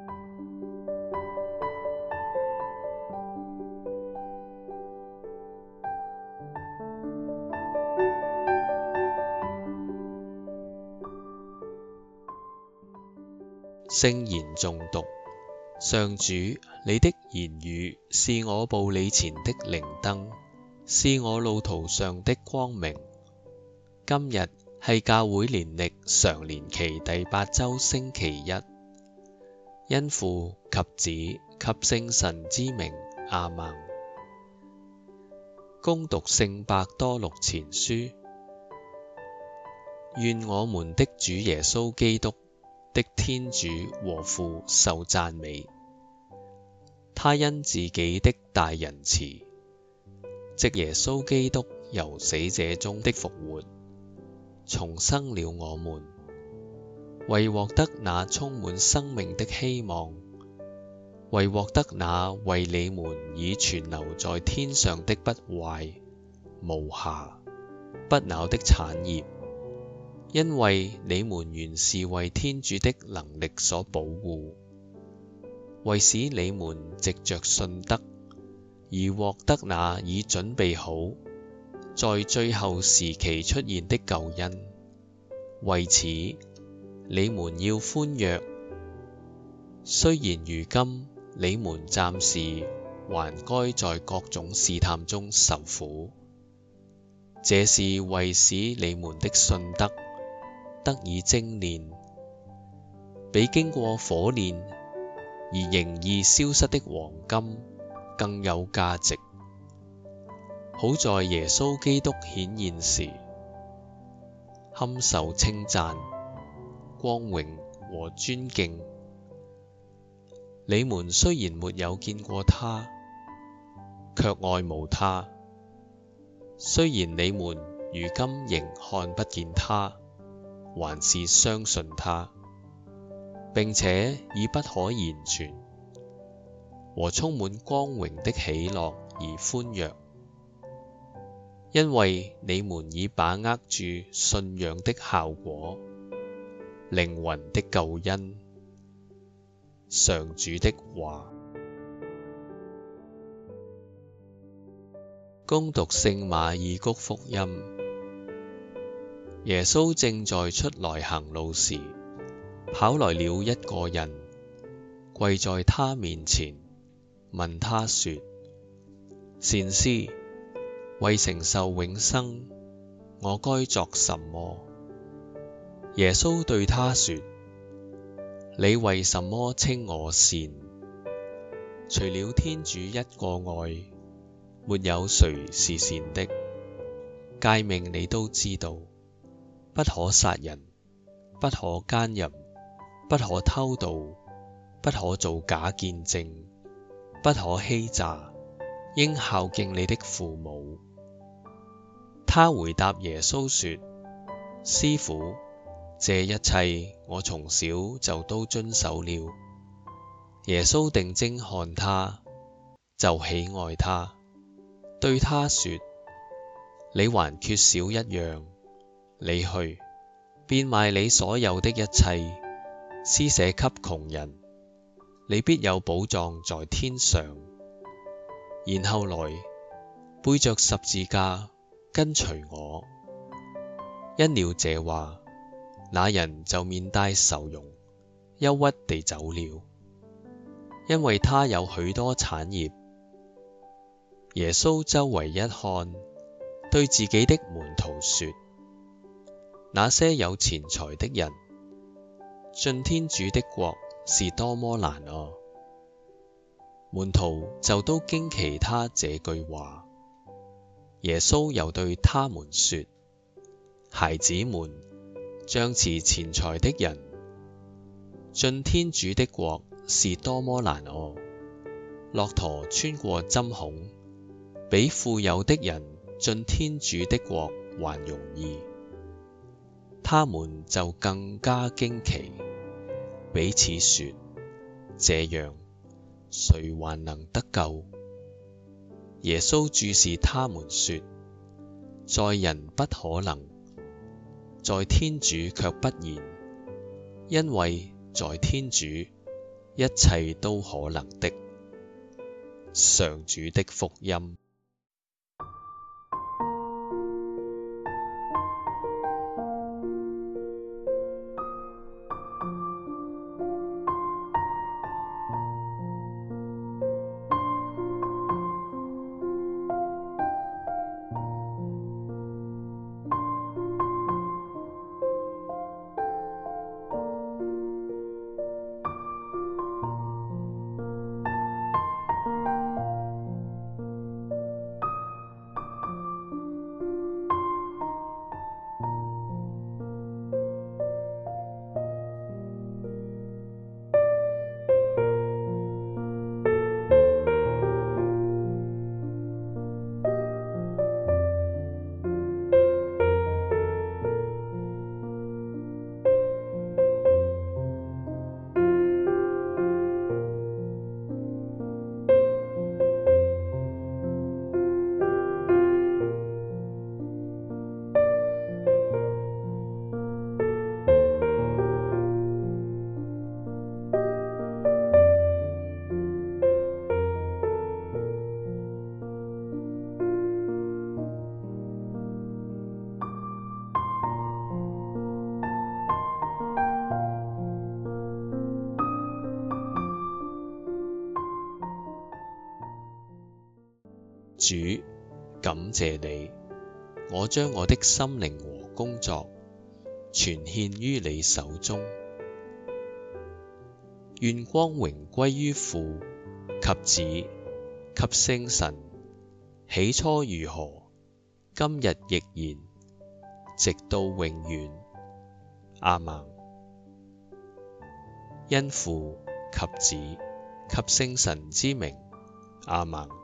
聖言誦讀。上主，你的言語是我步履前的靈燈，是我路途上的光明。今日係教會年曆常年期第8週星期一，因父及子及聖神之名，阿們。恭讀聖伯多祿前書。願我們的主耶穌基督的天主和父受讚美。他因自己的大仁慈，藉耶穌基督由死者中的復活，重生了我們，為獲得那充滿生命的希望，為獲得那為你們已存留在天上的不壞、無瑕、不朽的產業。因為你們原是為天主的能力所保護，為使你們藉着信德而獲得那已準備好在最後時期出現的救恩。為此，你們要歡躍，雖然如今你們暫時還該在各種試探中受苦，這是為使你們的信德得以精煉，比經過火煉而仍已消失的黃金更有價值，好在耶穌基督顯現時堪受稱讚、光榮和尊敬。你們雖然沒有見過他，卻愛慕他；雖然你們如今仍看不見他，還是相信他，並且以不可言傳和充滿光榮的喜樂而歡躍，因為你們已把握住信仰的效果，靈魂的救恩。上主的話。恭讀聖馬爾谷福音。耶穌正在出來行路時，跑來了一個人，跪在他面前，問他說：善師，為承受永生，我該作什麼？耶穌對他說：你為什麼稱我善？除了天主一個外，沒有誰是善的。誡命你都知道。不可殺人，不可奸淫，不可偷盜，不可造假見證，不可欺詐，應孝敬你的父母。他回答耶穌說：師傅，這一切我從小就都遵守了。耶穌定睛看他，就喜愛他，對他說：你還缺少一樣。你去，變賣你所有的一切，施捨給窮人，你必有寶藏在天上。然後來，背着十字架，跟隨我。因了這話，那人就面帶愁容，憂鬱地走了，因為他有許多產業。耶穌周圍一看，對自己的門徒說：那些有錢財的人，進天主的國是多麼難啊！門徒就都驚奇他這句話。耶穌又對他們說：孩子們，像持錢財的人，進天主的國是多麼難啊！駱駝穿過針孔，比富有的人進天主的國還容易。他們就更加驚奇，彼此說：這樣，誰還能得救？耶穌注視他們說：在人不可能，在天主卻不然，因為在天主， 一切都可能的。上主的福音。主，感謝你，我將我的心靈和工作全獻於你手中。願光榮歸於父及子及聖神，起初如何，今日亦然，直到永遠。阿們。因父及子及聖神之名。阿們。